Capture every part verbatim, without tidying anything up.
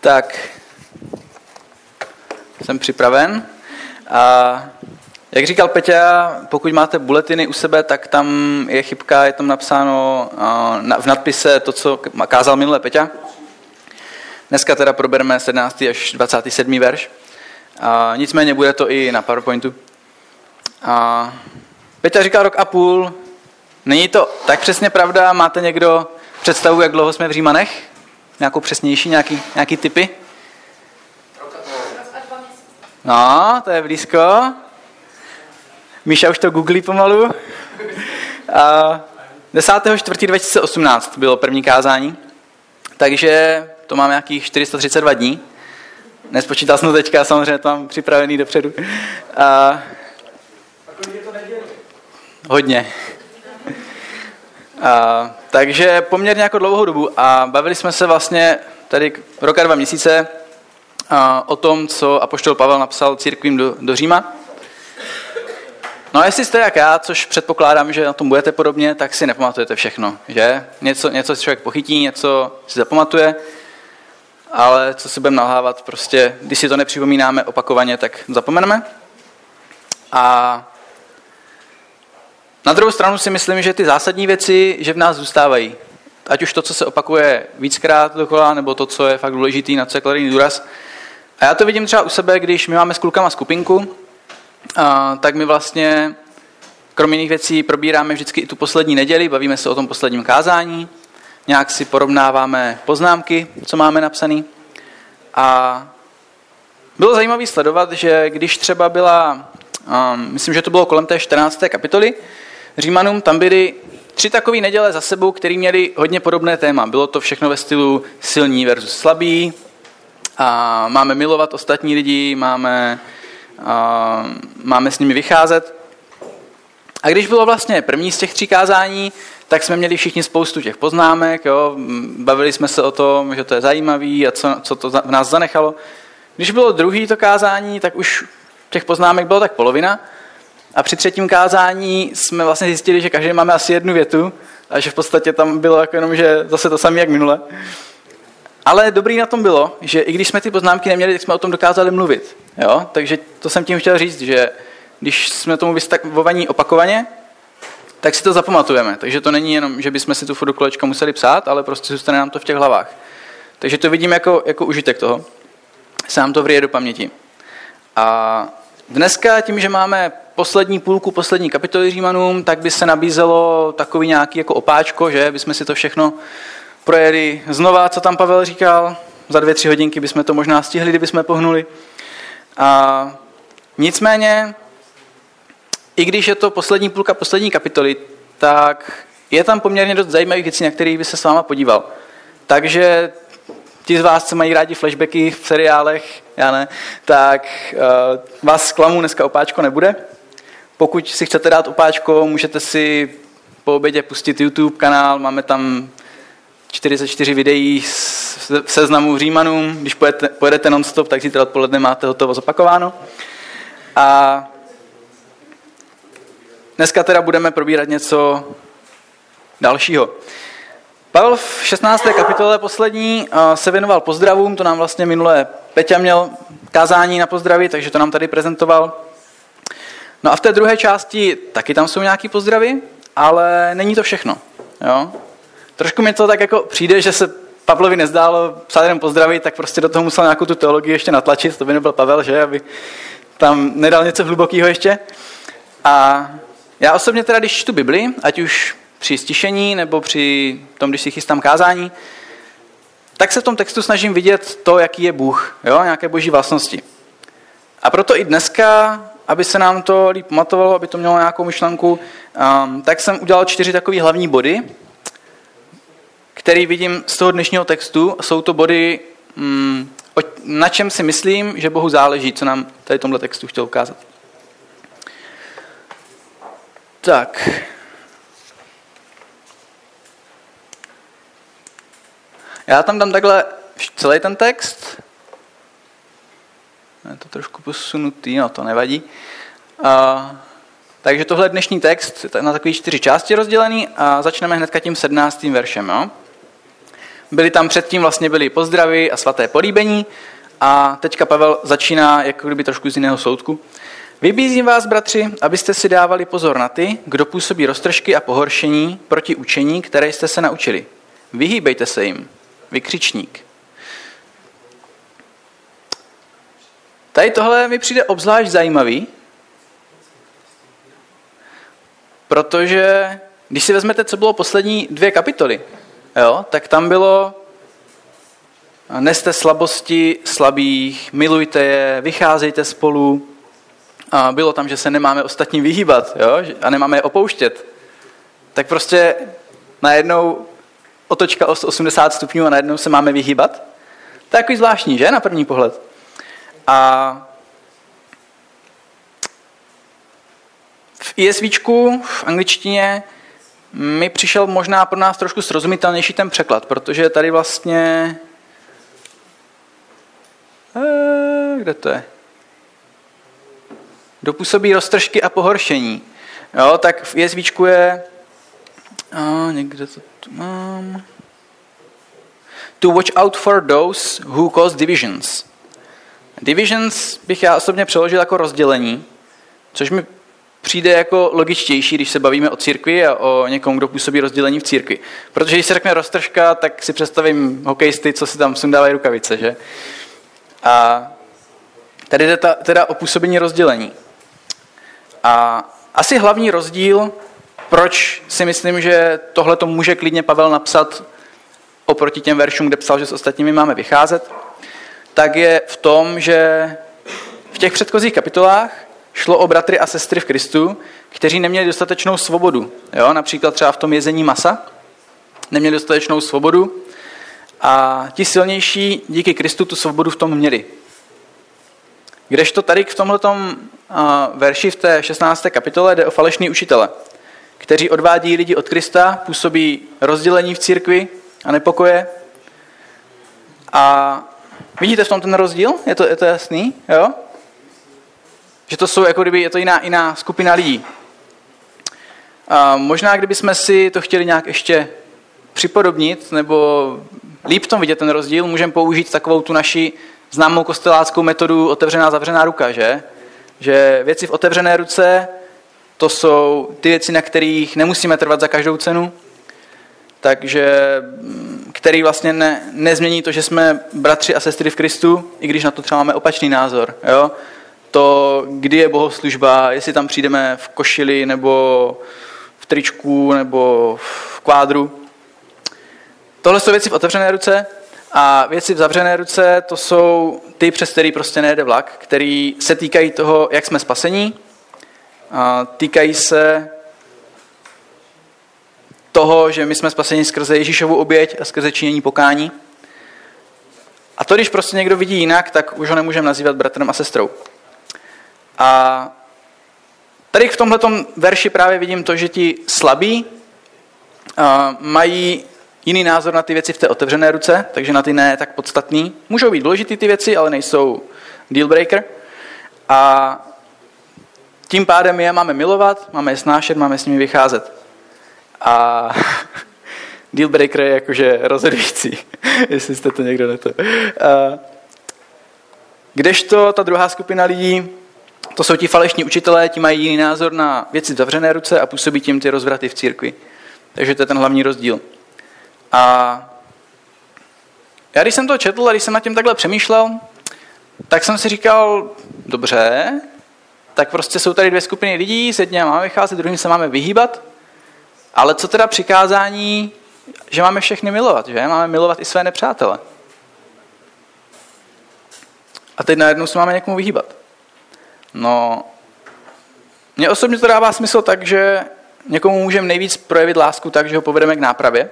Tak, jsem připraven. A jak říkal Peťa, pokud máte bulletiny u sebe, tak tam je chybka, je tam napsáno v nadpise to, co kázal minule Peťa. Dneska teda probereme sedmnáctý až dvacátý sedmý verš. A nicméně bude to i na PowerPointu. A Peťa říkal rok a půl. Není to tak přesně pravda? Máte někdo představu, jak dlouho jsme v Římanech? Nějakou přesnější, nějaký, nějaký tipy? No, to je blízko. Míša už to googlí pomalu. A desátého čtvrtého dva tisíce osmnáct bylo první kázání, takže to máme nějakých čtyři sta třicet dva dní. Nespočítal jsem to teďka, samozřejmě to mám připravený dopředu. A, a kolik je to neděli? Hodně. A, takže poměrně jako dlouhou dobu a bavili jsme se vlastně tady roka dva měsíce a, o tom, co apoštol Pavel napsal církvím do, do Říma. No a jestli jste jak já, což předpokládám, že na tom budete podobně, tak si nepamatujete všechno, že? Něco, něco si člověk pochytí, něco si zapamatuje, ale co si budeme nalhávat, prostě, když si to nepřipomínáme opakovaně, tak zapomeneme. A na druhou stranu si myslím, že ty zásadní věci, že v nás zůstávají. Ať už to, co se opakuje víckrát dokola, nebo to, co je fakt důležitý, na co je kladený důraz. A já to vidím třeba u sebe, když my máme s klukama skupinku, a, tak my vlastně kromě jiných věcí probíráme vždycky i tu poslední neděli, bavíme se o tom posledním kázání, nějak si porovnáváme poznámky, co máme napsané. A bylo zajímavé sledovat, že když třeba byla, um, myslím, že to bylo kolem té čtrnácté kapitoly Římanům, tam byly tři takové neděle za sebou, které měly hodně podobné téma. Bylo to všechno ve stylu silní versus slabí, a máme milovat ostatní lidi, máme, a, máme s nimi vycházet. A když bylo vlastně první z těch tří kázání, tak jsme měli všichni spoustu těch poznámek, jo? Bavili jsme se o tom, že to je zajímavý a co, co to v nás zanechalo. Když bylo druhý to kázání, tak už těch poznámek bylo tak polovina. A při třetím kázání jsme vlastně zjistili, že každý máme asi jednu větu a že v podstatě tam bylo jako jenom, že zase to samé jak minule. Ale dobrý na tom bylo, že i když jsme ty poznámky neměli, tak jsme o tom dokázali mluvit. Jo? Takže to jsem tím chtěl říct, že když jsme tomu vystavovaní opakovaně, tak si to zapamatujeme. Takže to není jenom, že bychom si tu furt do kolečka museli psát, ale prostě zůstane nám to v těch hlavách. Takže to vidím jako, jako užitek toho. Se nám to vrije do paměti. A dneska tím, že máme poslední půlku, poslední kapitoly Římanům, tak by se nabízelo takový nějaký jako opáčko, že bychom si to všechno projeli znova, co tam Pavel říkal. Za dvě, tři hodinky bychom to možná stihli, kdybychom pohnuli. A nicméně, i když je to poslední půlka, poslední kapitoly, tak je tam poměrně dost zajímavých věcí, na kterých by se s váma podíval. Takže ti z vás, co mají rádi flashbacky v seriálech, já ne, tak uh, vás zklamu, dneska opáčko nebude. Pokud si chcete dát opáčko, můžete si po obědě pustit YouTube kanál, máme tam čtyřicet čtyři videí v seznamu Římanům, když pojedete, pojedete non-stop, tak zítra odpoledne máte hotovo zopakováno. A dneska teda budeme probírat něco dalšího. Pavel v šestnácté kapitole poslední se věnoval pozdravům, to nám vlastně minule Peťa měl kázání na pozdraví, takže to nám tady prezentoval. No a v té druhé části taky tam jsou nějaký pozdravy, ale není to všechno. Jo? Trošku mi to tak jako přijde, že se Pavlovi nezdálo psát jenom pozdravy, tak prostě do toho musel nějakou tu teologii ještě natlačit, to by nebyl Pavel, že, aby tam nedal něco hlubokého ještě. A já osobně teda, když čtu Bibli, ať už při stišení nebo při tom, když si chystám kázání, tak se v tom textu snažím vidět to, jaký je Bůh, jo? Nějaké boží vlastnosti. A proto i dneska, aby se nám to líp pamatovalo, aby to mělo nějakou myšlenku, um, tak jsem udělal čtyři takové hlavní body, který vidím z toho dnešního textu. Jsou to body, um, na čem si myslím, že Bohu záleží, co nám tady tomhle textu chtěl ukázat. Tak. Já tam dám takhle celý ten text. Je to trošku posunutý, no to nevadí. A, takže tohle je dnešní text, na takové čtyři části rozdělený a začneme hnedka tím sedmnáctým veršem. Jo? byli tam předtím, vlastně byli pozdravy a svaté políbení a teďka Pavel začíná jako kdyby trošku z jiného soudku. Vybízím vás, bratři, abyste si dávali pozor na ty, kdo působí roztržky a pohoršení proti učení, které jste se naučili. Vyhýbejte se jim, vykřičník. Tady tohle mi přijde obzvlášť zajímavý, protože když si vezmete, co bylo poslední dvě kapitoly, jo, tak tam bylo neste slabosti slabých, milujte je, vycházejte spolu. A bylo tam, že se nemáme ostatním vyhýbat, jo, a nemáme je opouštět. Tak prostě najednou otočka o sto osmdesát stupňů a najednou se máme vyhýbat. To je takový zvláštní, že, na první pohled. A v ISVčku, v angličtině, mi přišel možná pro nás trošku srozumitelnější ten překlad, protože tady vlastně... Eh, kde to je? Dopůsobí roztržky a pohoršení. Jo, tak v ISVčku je... A, někde to tu mám... To watch out for those who cause divisions. Divisions bych já osobně přeložil jako rozdělení, což mi přijde jako logičtější, když se bavíme o církvi a o někom, kdo působí rozdělení v církvi. Protože když se řekne roztržka, tak si představím hokejisty, co si tam sundávají rukavice, že? A tady jde teda o působení rozdělení. A asi hlavní rozdíl, proč si myslím, že tohle to může klidně Pavel napsat oproti těm veršům, kde psal, že s ostatními máme vycházet, tak je v tom, že v těch předchozích kapitolách šlo o bratry a sestry v Kristu, kteří neměli dostatečnou svobodu. Jo? Například třeba v tom jezení masa neměli dostatečnou svobodu a ti silnější díky Kristu tu svobodu v tom měli. Kdežto tady v tomhletom verši v té šestnácté kapitole jde o falešný učitele, kteří odvádí lidi od Krista, působí rozdělení v církvi a nepokoje. A vidíte v tom ten rozdíl? Je to, je to jasný? Jo? Že to jsou jako kdyby, je to jiná, jiná skupina lidí. A možná, kdybychom si to chtěli nějak ještě připodobnit, nebo líp v tom vidět ten rozdíl, můžeme použít takovou tu naši známou kosteláckou metodu otevřená, zavřená ruka, že? Že věci v otevřené ruce, to jsou ty věci, na kterých nemusíme trvat za každou cenu, takže který vlastně ne, nezmění to, že jsme bratři a sestry v Kristu, i když na to třeba máme opačný názor. Jo? To, kdy je bohoslužba, jestli tam přijdeme v košili, nebo v tričku, nebo v kvádru. Tohle jsou věci v otevřené ruce a věci v zavřené ruce, to jsou ty, přes který prostě nejede vlak, který se týkají toho, jak jsme spasení, a týkají se toho, že my jsme spaseni skrze Ježíšovu oběť a skrze činění pokání. A to, když prostě někdo vidí jinak, tak už ho nemůžeme nazývat bratrem a sestrou. A tady v tomhletom verši právě vidím to, že ti slabí mají jiný názor na ty věci v té otevřené ruce, takže na ty ne tak podstatný. Můžou být důležitý ty věci, ale nejsou deal breaker. A tím pádem je máme milovat, máme je snášet, máme s nimi vycházet. A deal breaker je jakože rozhodující, jestli jste to někdo neto. Kdežto ta druhá skupina lidí, to jsou ti falešní učitelé, ti mají jiný názor na věci v zavřené ruce a působí tím ty rozvraty v církvi. Takže to je ten hlavní rozdíl. A já když jsem to četl a když jsem nad tím takhle přemýšlel, tak jsem si říkal, dobře, tak prostě jsou tady dvě skupiny lidí, s jedním máme vycházet, druhým se máme vyhýbat, ale co teda přikázání, že máme všechny milovat, že? Máme milovat i své nepřátele. A teď najednou se máme někomu vyhýbat. No, mně osobně to dává smysl tak, že někomu můžeme nejvíc projevit lásku tak, že ho povedeme k nápravě.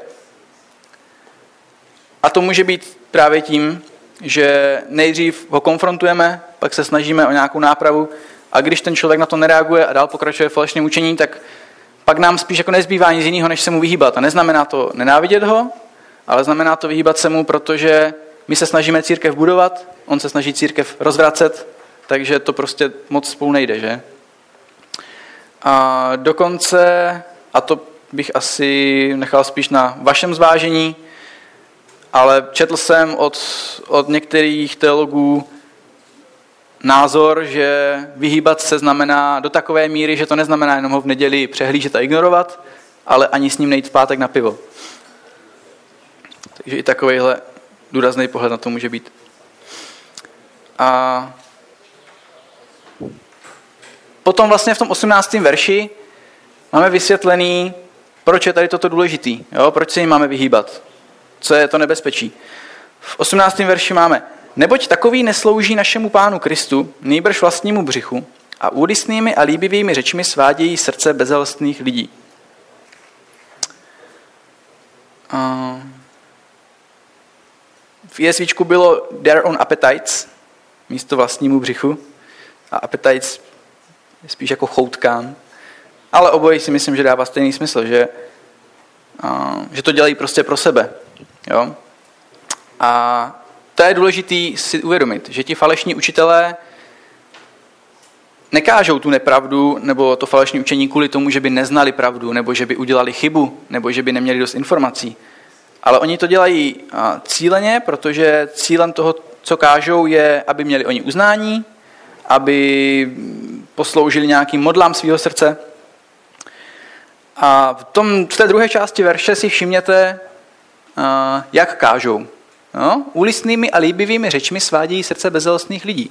A to může být právě tím, že nejdřív ho konfrontujeme, pak se snažíme o nějakou nápravu a když ten člověk na to nereaguje a dál pokračuje v falešném učení, tak pak nám spíš jako nezbývá nic jiného, než se mu vyhýbat. A neznamená to nenávidět ho, ale znamená to vyhýbat se mu, protože my se snažíme církev budovat, on se snaží církev rozvracet, takže to prostě moc spolu nejde, že? A dokonce, a to bych asi nechal spíš na vašem zvážení, ale četl jsem od, od některých teologů názor, že vyhýbat se znamená do takové míry, že to neznamená jenom ho v neděli přehlížet a ignorovat, ale ani s ním nejít v pátek na pivo. Takže i takovýhle důrazný pohled na to může být. A potom vlastně v tom osmnáctém verši máme vysvětlený, proč je tady toto důležitý, jo? Proč se jim máme vyhýbat, co je to nebezpečí. V osmnáctém verši máme: neboť takový neslouží našemu Pánu Kristu, nýbrž vlastnímu břichu a úlisnými a líbivými řečmi svádějí srdce bezelstných lidí. A v jesvíčku bylo their own appetites, místo vlastnímu břichu, a appetites je spíš jako choutkám, ale obojí si myslím, že dává stejný smysl, že, a, že to dělají prostě pro sebe. Jo? A to je důležitý si uvědomit, že ti falešní učitelé nekážou tu nepravdu nebo to falešné učení kvůli tomu, že by neznali pravdu, nebo že by udělali chybu, nebo že by neměli dost informací. Ale oni to dělají cíleně, protože cílem toho, co kážou, je, aby měli oni uznání, aby posloužili nějakým modlám svého srdce. A v, tom, v té druhé části verše si všimněte, jak kážou. No, úlisnými a líbivými řečmi svádějí srdce bezelstných lidí.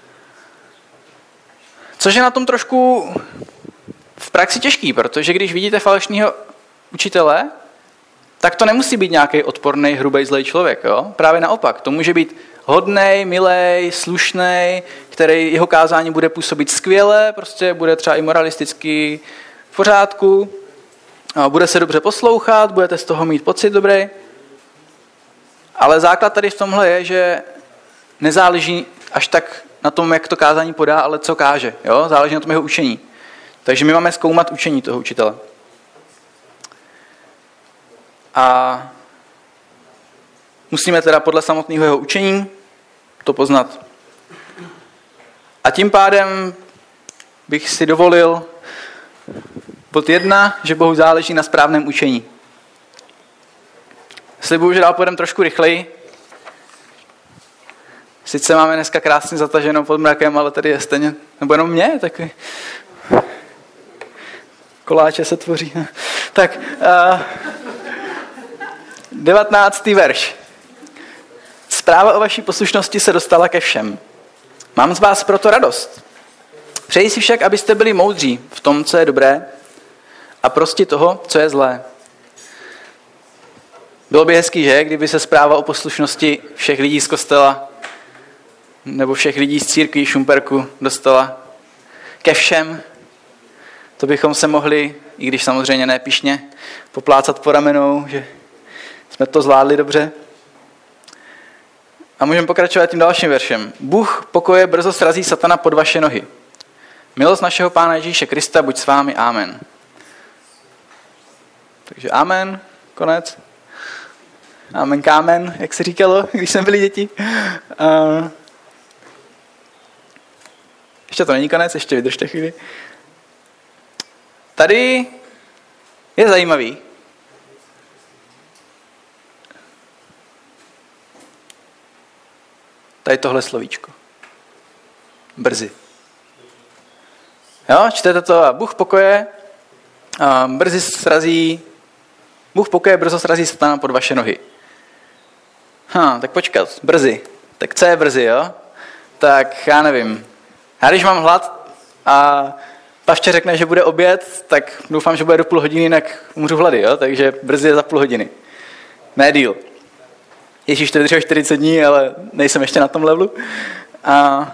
Což je na tom trošku v praxi těžký, protože když vidíte falešného učitele, tak to nemusí být nějaký odporný, hrubý, zlej člověk. Jo? Právě naopak. To může být hodnej, milej, slušnej, který jeho kázání bude působit skvěle, prostě bude třeba i moralisticky v pořádku, bude se dobře poslouchat, budete z toho mít pocit dobrý. Ale základ tady v tomhle je, že nezáleží až tak na tom, jak to kázání podá, ale co káže. Jo? Záleží na tom jeho učení. Takže my máme zkoumat učení toho učitele. A musíme teda podle samotného jeho učení to poznat. A tím pádem bych si dovolil bod jedna, že Bohu záleží na správném učení. Slibuju, že dál půjdeme trošku rychleji. Sice máme dneska krásně zataženo pod mrakem, ale tady je stejně, nebo jenom mě, takový koláče se tvoří. Tak, uh, devatenáctý verš. Zpráva o vaší poslušnosti se dostala ke všem. Mám z vás proto radost. Přeji si však, abyste byli moudří v tom, co je dobré, a prosti toho, co je zlé. Bylo by hezký, že, kdyby se zpráva o poslušnosti všech lidí z kostela nebo všech lidí z církví Šumperku dostala ke všem. To bychom se mohli, i když samozřejmě ne pyšně, poplácat po ramenou, že jsme to zvládli dobře. A můžeme pokračovat tím dalším veršem. Bůh pokoje brzo srazí satana pod vaše nohy. Milost našeho Pána Ježíše Krista buď s vámi. Amen. Takže amen, konec. Amen, kámen, jak se říkalo, když jsme byli děti. Uh, ještě to není konec, ještě vydržte chvíli. Tady je zajímavý. Tady tohle slovíčko. Brzy. Jo, čtete to a Bůh pokoje a brzy srazí, Bůh pokoje brzo srazí satana pod vaše nohy. Ha, tak počkat, brzy. Tak co je brzy, jo? Tak já nevím. Já když mám hlad a Pavče řekne, že bude oběd, tak doufám, že bude do půl hodiny, jinak umřu hlady, jo? Takže brzy je za půl hodiny. Ne díl. Ježíš to vydržel čtyřicet dní, ale nejsem ještě na tom levelu. A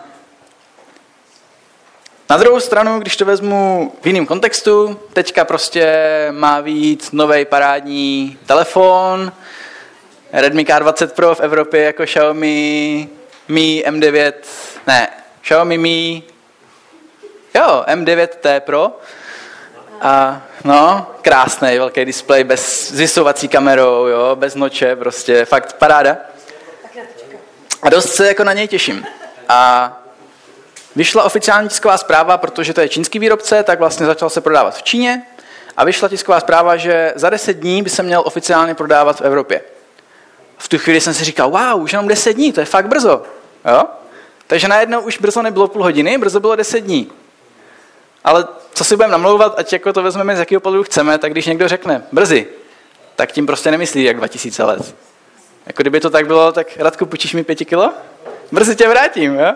na druhou stranu, když to vezmu v jiném kontextu, teďka prostě má vyjít novej parádní telefon, Redmi K dvacet Pro v Evropě jako Xiaomi Mi M devět, ne, Xiaomi Mi, jo, M devět T Pro. A no, krásný velký displej, bez zvisovací kamerou, jo, bez noče, prostě fakt paráda. A dost se jako na něj těším. A vyšla oficiální tisková zpráva, protože to je čínský výrobce, tak vlastně začal se prodávat v Číně. A vyšla tisková zpráva, že za deset dní by se měl oficiálně prodávat v Evropě. v tu chvíli jsem si říkal, wow, už jenom deset dní, to je fakt brzo. Jo? Takže najednou už brzo nebylo půl hodiny, brzo bylo deset dní. Ale co si budeme namlouvat, ať jako to vezmeme z jakého pohledu chceme, tak když někdo řekne brzy, tak tím prostě nemyslí jak dva tisíce let. Jako kdyby to tak bylo, tak Radku, půjčíš mi pěti kilo? Brzy tě vrátím, jo?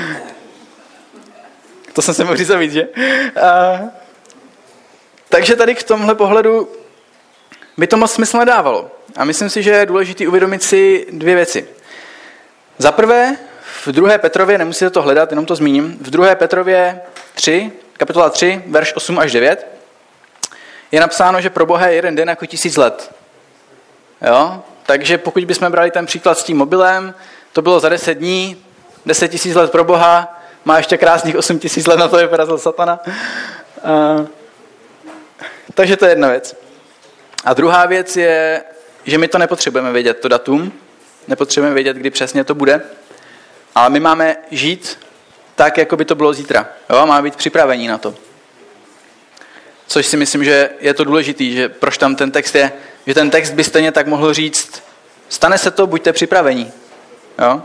To jsem se mohl říct víc, že? A... Takže tady k tomhle pohledu by to moc smysl nedávalo. A myslím si, že je důležité uvědomit si dvě věci. Za prvé, v druhé Petrově, nemusíte to hledat, jenom to zmíním, v druhé Petrově tři, kapitola tři, verš osm až devět, je napsáno, že pro Boha je jeden den jako tisíc let. Jo? Takže pokud bychom brali ten příklad s tím mobilem, to bylo za deset dní, deset tisíc let pro Boha, má ještě krásných osm tisíc let na to, je porazil satana. A... Takže to je jedna věc. A druhá věc je, že my to nepotřebujeme vědět, to datum, nepotřebujeme vědět, kdy přesně to bude, ale my máme žít tak, jako by to bylo zítra. Jo? Máme být připravení na to. Což si myslím, že je to důležitý, že proč tam ten text je, že ten text by stejně tak mohl říct, stane se to, buďte připravení. Jo?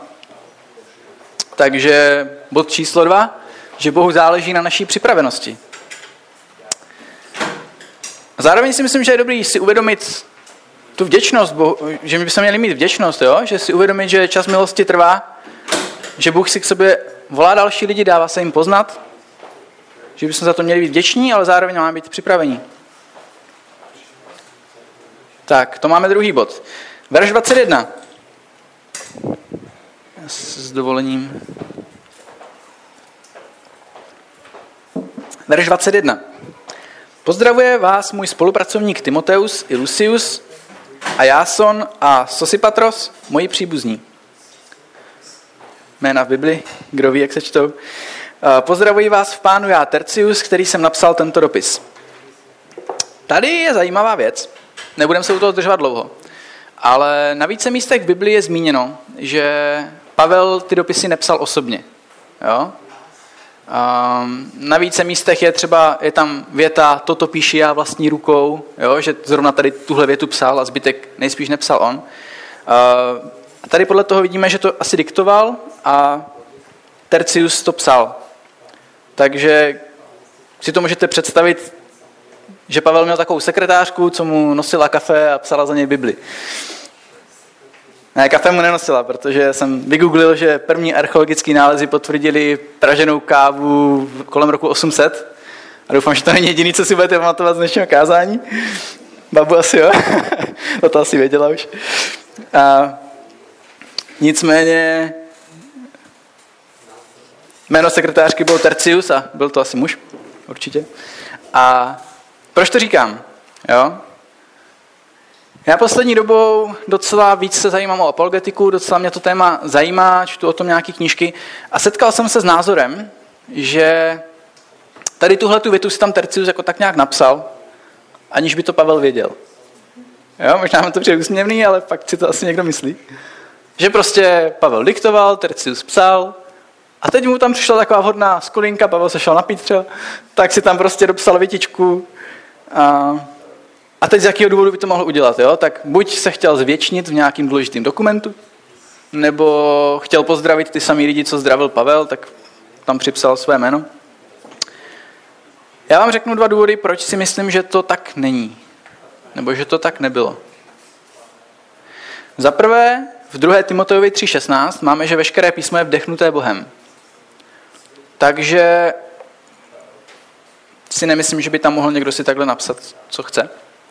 Takže bod číslo dva, že Bohu záleží na naší připravenosti. A zároveň si myslím, že je dobrý si uvědomit tu vděčnost, že my bychom měli mít vděčnost, jo? Že si uvědomit, že čas milosti trvá, že Bůh si k sobě volá další lidi, dává se jim poznat, že bychom za to měli být vděční, ale zároveň máme být připravení. Tak, to máme druhý bod. Verš dvacet jedna. S dovolením. Verš dvacet jedna. Pozdravuje vás můj spolupracovník Timoteus i Lucius a Jáson a Sosipatros, moji příbuzní. Jména v Bibli, kdo ví, jak se čtou. Pozdravuji vás v Pánu já Tercius, který jsem napsal tento dopis. Tady je zajímavá věc, nebudeme se u toho zdržovat dlouho, ale na více místech v Biblii je zmíněno, že Pavel ty dopisy nepsal osobně. Jo? Um, na více místech je třeba, je tam věta, toto píši já vlastní rukou, jo? Že zrovna tady tuhle větu psal a zbytek nejspíš nepsal on. Uh, tady podle toho vidíme, že to asi diktoval a Tercius to psal. Takže si to můžete představit, že Pavel měl takovou sekretářku, co mu nosila kafe a psala za něj Bibli. Ne, kafe mu nenosila, protože jsem vygooglil, že první archeologické nálezy potvrdili praženou kávu kolem roku osm set. A doufám, že to není jediný, co si budete pamatovat z dnešního kázání. Babu asi jo, to, to asi věděla už. A nicméně jméno sekretářky byl Tercius a byl to asi muž, určitě. A proč to říkám? Jo? Já poslední dobou docela víc se zajímám o apologetiku, docela mě to téma zajímá, čtu o tom nějaké knížky a setkal jsem se s názorem, že tady tuhletu větu si tam Tercius jako tak nějak napsal, aniž by to Pavel věděl. Jo, možná mám to přijde úsměvný, ale fakt si to asi někdo myslí. Že prostě Pavel diktoval, Tercius psal a teď mu tam přišla taková vhodná skolinka, Pavel se šel napít třeba, tak si tam prostě dopsal větičku a A teď z jakého důvodu by to mohl udělat? Jo? Tak buď se chtěl zvětšnit v nějakým důležitým dokumentu, nebo chtěl pozdravit ty samý lidi, co zdravil Pavel, tak tam připsal své jméno. Já vám řeknu dva důvody, proč si myslím, že to tak není. Nebo že to tak nebylo. Za prvé, v druhé Timotejovi tři šestnáct máme, že veškeré písmo je vdechnuté Bohem. Takže si nemyslím, že by tam mohl někdo si takhle napsat, co chce.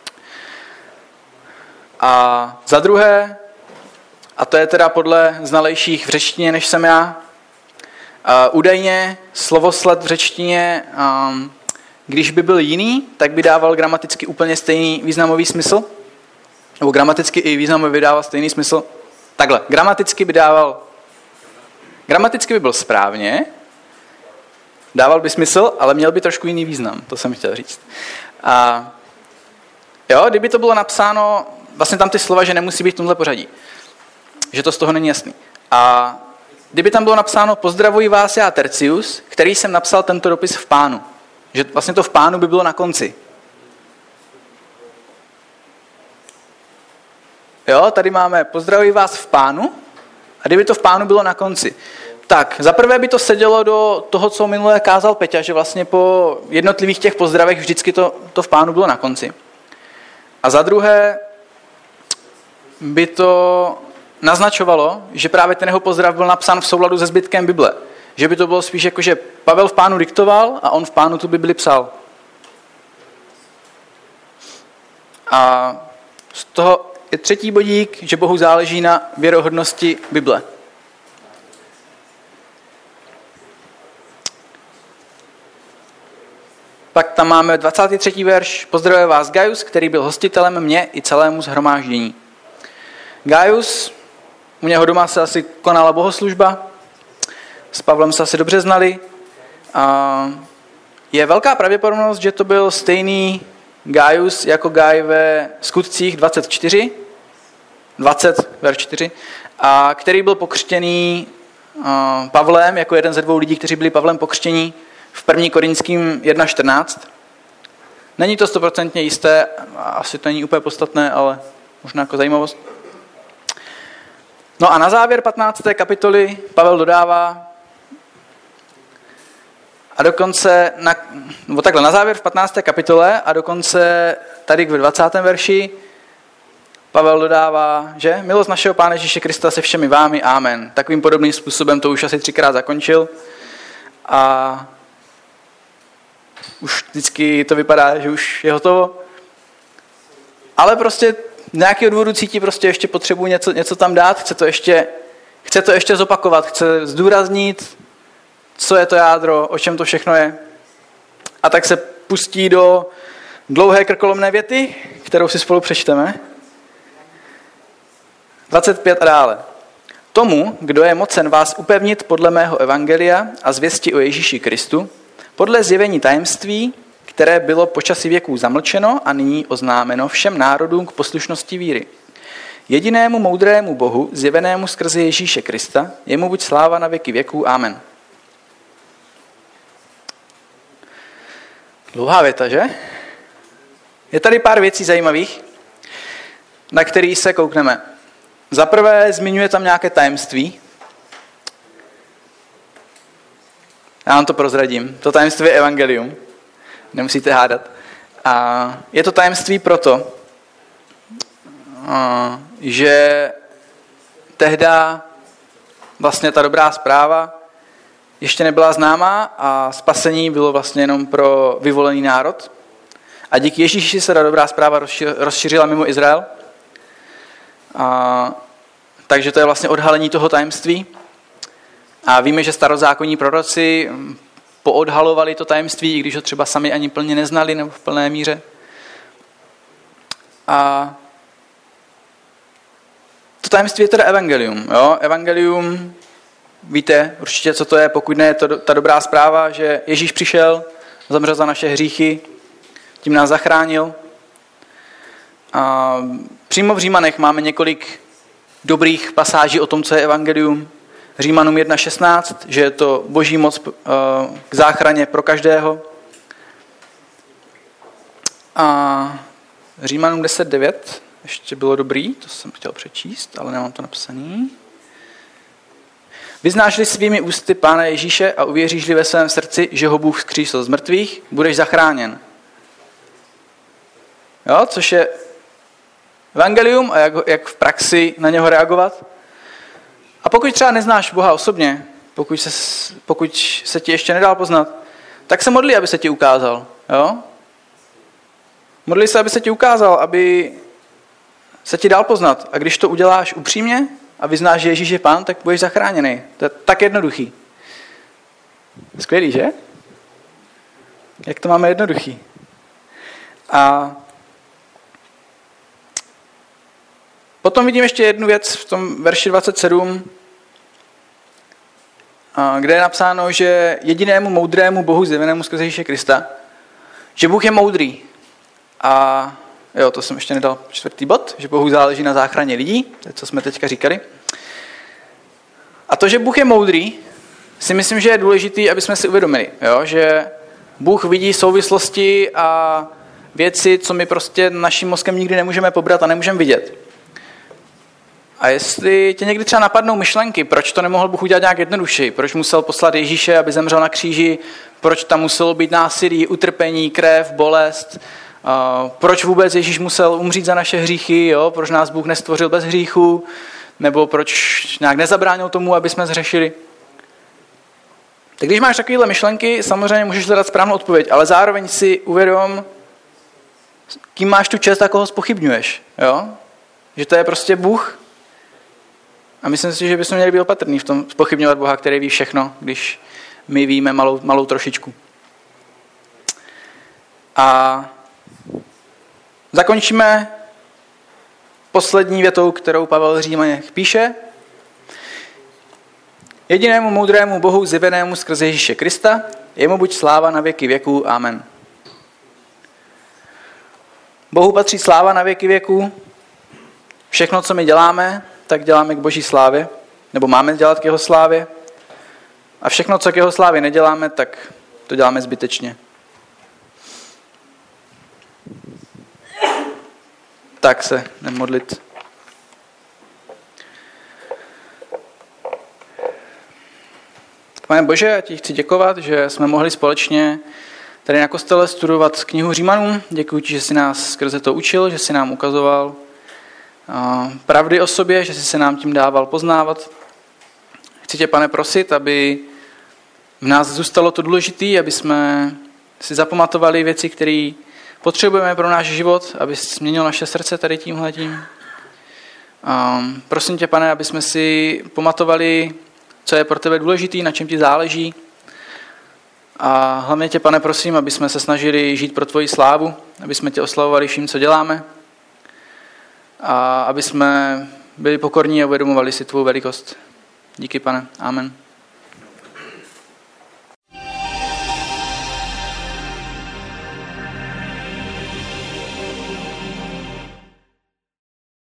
A za druhé, a to je teda podle znalejších v řečtině, než jsem já, uh, údajně slovosled v řečtině, um, když by byl jiný, tak by dával gramaticky úplně stejný významový smysl, nebo gramaticky i významový vydával stejný smysl. Takhle, gramaticky by dával, gramaticky by byl správně, dával by smysl, ale měl by trošku jiný význam, to jsem chtěl říct. A jo, kdyby to bylo napsáno, vlastně tam ty slova, že nemusí být v tomhle pořadí. Že to z toho není jasný. A kdyby tam bylo napsáno pozdravuji vás já Tercius, který jsem napsal tento dopis v Pánu. Že vlastně to v Pánu by bylo na konci. Jo, tady máme pozdravuji vás v Pánu a kdyby to v Pánu bylo na konci. Tak, zaprvé by to sedělo do toho, co minule kázal Peťa, že vlastně po jednotlivých těch pozdravech vždycky to, to v Pánu bylo na konci. A za druhé by to naznačovalo, že právě ten jeho pozdrav byl napsán v souladu se zbytkem Bible. Že by to bylo spíš jako, že Pavel v Pánu diktoval a on v Pánu tu Bibli psal. A z toho je třetí bodík, že Bohu záleží na věrohodnosti Bible. Pak tam máme dvacátý třetí verš. Pozdravuje vás Gaius, který byl hostitelem mě i celému shromáždění. Gaius, u něho doma se asi konala bohoslužba, s Pavlem se asi dobře znali. A je velká pravděpodobnost, že to byl stejný Gaius jako Gaj ve Skutcích dvacet čtyři, dvacet, verš čtyři, a který byl pokřtěný Pavlem jako jeden ze dvou lidí, kteří byli Pavlem pokřtění v první Korinským jedna čtrnáct. Není to stoprocentně jisté, asi to není úplně podstatné, ale možná jako zajímavost. No a na závěr patnácté kapitoly Pavel dodává, a dokonce, na, nebo takhle, na závěr v patnácté kapitole a dokonce tady ve dvacátém verši Pavel dodává, že milost našeho Pána Ježíše Krista se všemi vámi, amen. Takovým podobným způsobem to už asi třikrát zakončil a už vždycky to vypadá, že už je hotovo. Ale prostě nějaký odvodu cítí, prostě ještě potřebuje něco, něco tam dát, chce to ještě, chce to ještě zopakovat, chce zdůraznit, co je to jádro, o čem to všechno je. A tak se pustí do dlouhé krkolomné věty, kterou si spolu přečteme. dvacet pět a dále. Tomu, kdo je mocen vás upevnit podle mého evangelia a zvěsti o Ježíši Kristu, podle zjevení tajemství, které bylo počasí věků zamlčeno a nyní oznámeno všem národům k poslušnosti víry. Jedinému moudrému Bohu, zjevenému skrze Ježíše Krista, jemu buď sláva na věky věků. Amen. Dlouhá věta, že? Je tady pár věcí zajímavých, na které se koukneme. Za prvé zmiňuje tam nějaké tajemství. Já vám to prozradím. To tajemství je evangelium. Nemusíte hádat. A je to tajemství proto, že tehda vlastně ta dobrá zpráva ještě nebyla známá a spasení bylo vlastně jenom pro vyvolený národ. A díky Ježíši se ta dobrá zpráva rozšířila mimo Izrael. A, takže to je vlastně odhalení toho tajemství. A víme, že starozákonní proroci poodhalovali to tajemství, i když ho třeba sami ani plně neznali nebo v plné míře. A to tajemství je teda evangelium. Jo? Evangelium, víte určitě, co to je, pokud ne je to ta dobrá zpráva, že Ježíš přišel, zemřel za naše hříchy, tím nás zachránil. A přímo v Římanech máme několik dobrých pasáží o tom, co je evangelium. Římanům jedna šestnáct, že je to boží moc k záchraně pro každého. A Římanům deset devět ještě bylo dobrý, to jsem chtěl přečíst, ale nemám to napsaný. Vyznáš-li svými ústy Pána Ježíše a uvěříš-li ve svém srdci, že ho Bůh vzkřísil z mrtvých, budeš zachráněn. Jo, což je evangelium a jak, jak v praxi na něho reagovat. A pokud třeba neznáš Boha osobně, pokud se, pokud se ti ještě nedal poznat, tak se modli, aby se ti ukázal. Jo? Modli se, aby se ti ukázal, aby se ti dal poznat. A když to uděláš upřímně a vyznáš, že Ježíš je Pán, tak budeš zachráněný. To je tak jednoduchý. Skvělý, že? Jak to máme jednoduchý. A potom vidím ještě jednu věc v tom verši dvacet sedm, kde je napsáno, že jedinému moudrému Bohu zjevenému skrze Ježíše Krista, že Bůh je moudrý. A jo, to jsem ještě nedal čtvrtý bod, že Bohu záleží na záchraně lidí, to je, co jsme teďka říkali. A to, že Bůh je moudrý, si myslím, že je důležitý, aby jsme si uvědomili, jo? Že Bůh vidí souvislosti a věci, co my prostě naším mozkem nikdy nemůžeme pobrat a nemůžeme vidět. A jestli tě někdy třeba napadnou myšlenky, proč to nemohl Bůh udělat nějak jednodušeji, proč musel poslat Ježíše, aby zemřel na kříži, proč tam muselo být násilí, utrpení, krev, bolest, uh, proč vůbec Ježíš musel umřít za naše hříchy, jo? Proč nás Bůh nestvořil bez hříchu, nebo proč nějak nezabránil tomu, aby jsme zřešili. Tak když máš takovéhle myšlenky, samozřejmě můžeš hledat správnou odpověď, ale zároveň si uvědom, kým máš tu čest a koho zpochybňuješ. Jo? Že to je prostě Bůh. A myslím si, že bychom měli být opatrní v tom zpochybňovat Boha, který ví všechno, když my víme malou, malou trošičku. A zakončíme poslední větou, kterou Pavel v Římanech píše. Jedinému moudrému Bohu zjevenému skrze Ježíše Krista, jemu buď sláva na věky věků. Amen. Bohu patří sláva na věky věků. Všechno, co my děláme, tak děláme k Boží slávě, nebo máme dělat k jeho slávě. A všechno, co k jeho slávě neděláme, tak to děláme zbytečně. Tak se nemodlit. Pane Bože, já ti chci děkovat, že jsme mohli společně tady na kostele studovat knihu Římanům. Děkuji ti, že jsi nás skrze to učil, že jsi nám ukazoval pravdy o sobě, že jsi se nám tím dával poznávat. Chci tě, Pane, prosit, aby v nás zůstalo to důležité, aby jsme si zapamatovali věci, které potřebujeme pro náš život, aby změnil naše srdce tady tímhletím. Um, prosím tě, Pane, aby jsme si pamatovali, co je pro tebe důležitý, na čem ti záleží. A hlavně tě, Pane, prosím, aby jsme se snažili žít pro tvoji slávu, aby jsme tě oslavovali vším, co děláme. A aby jsme byli pokorní a uvědomovali si tvou velikost. Díky, Pane. Amen.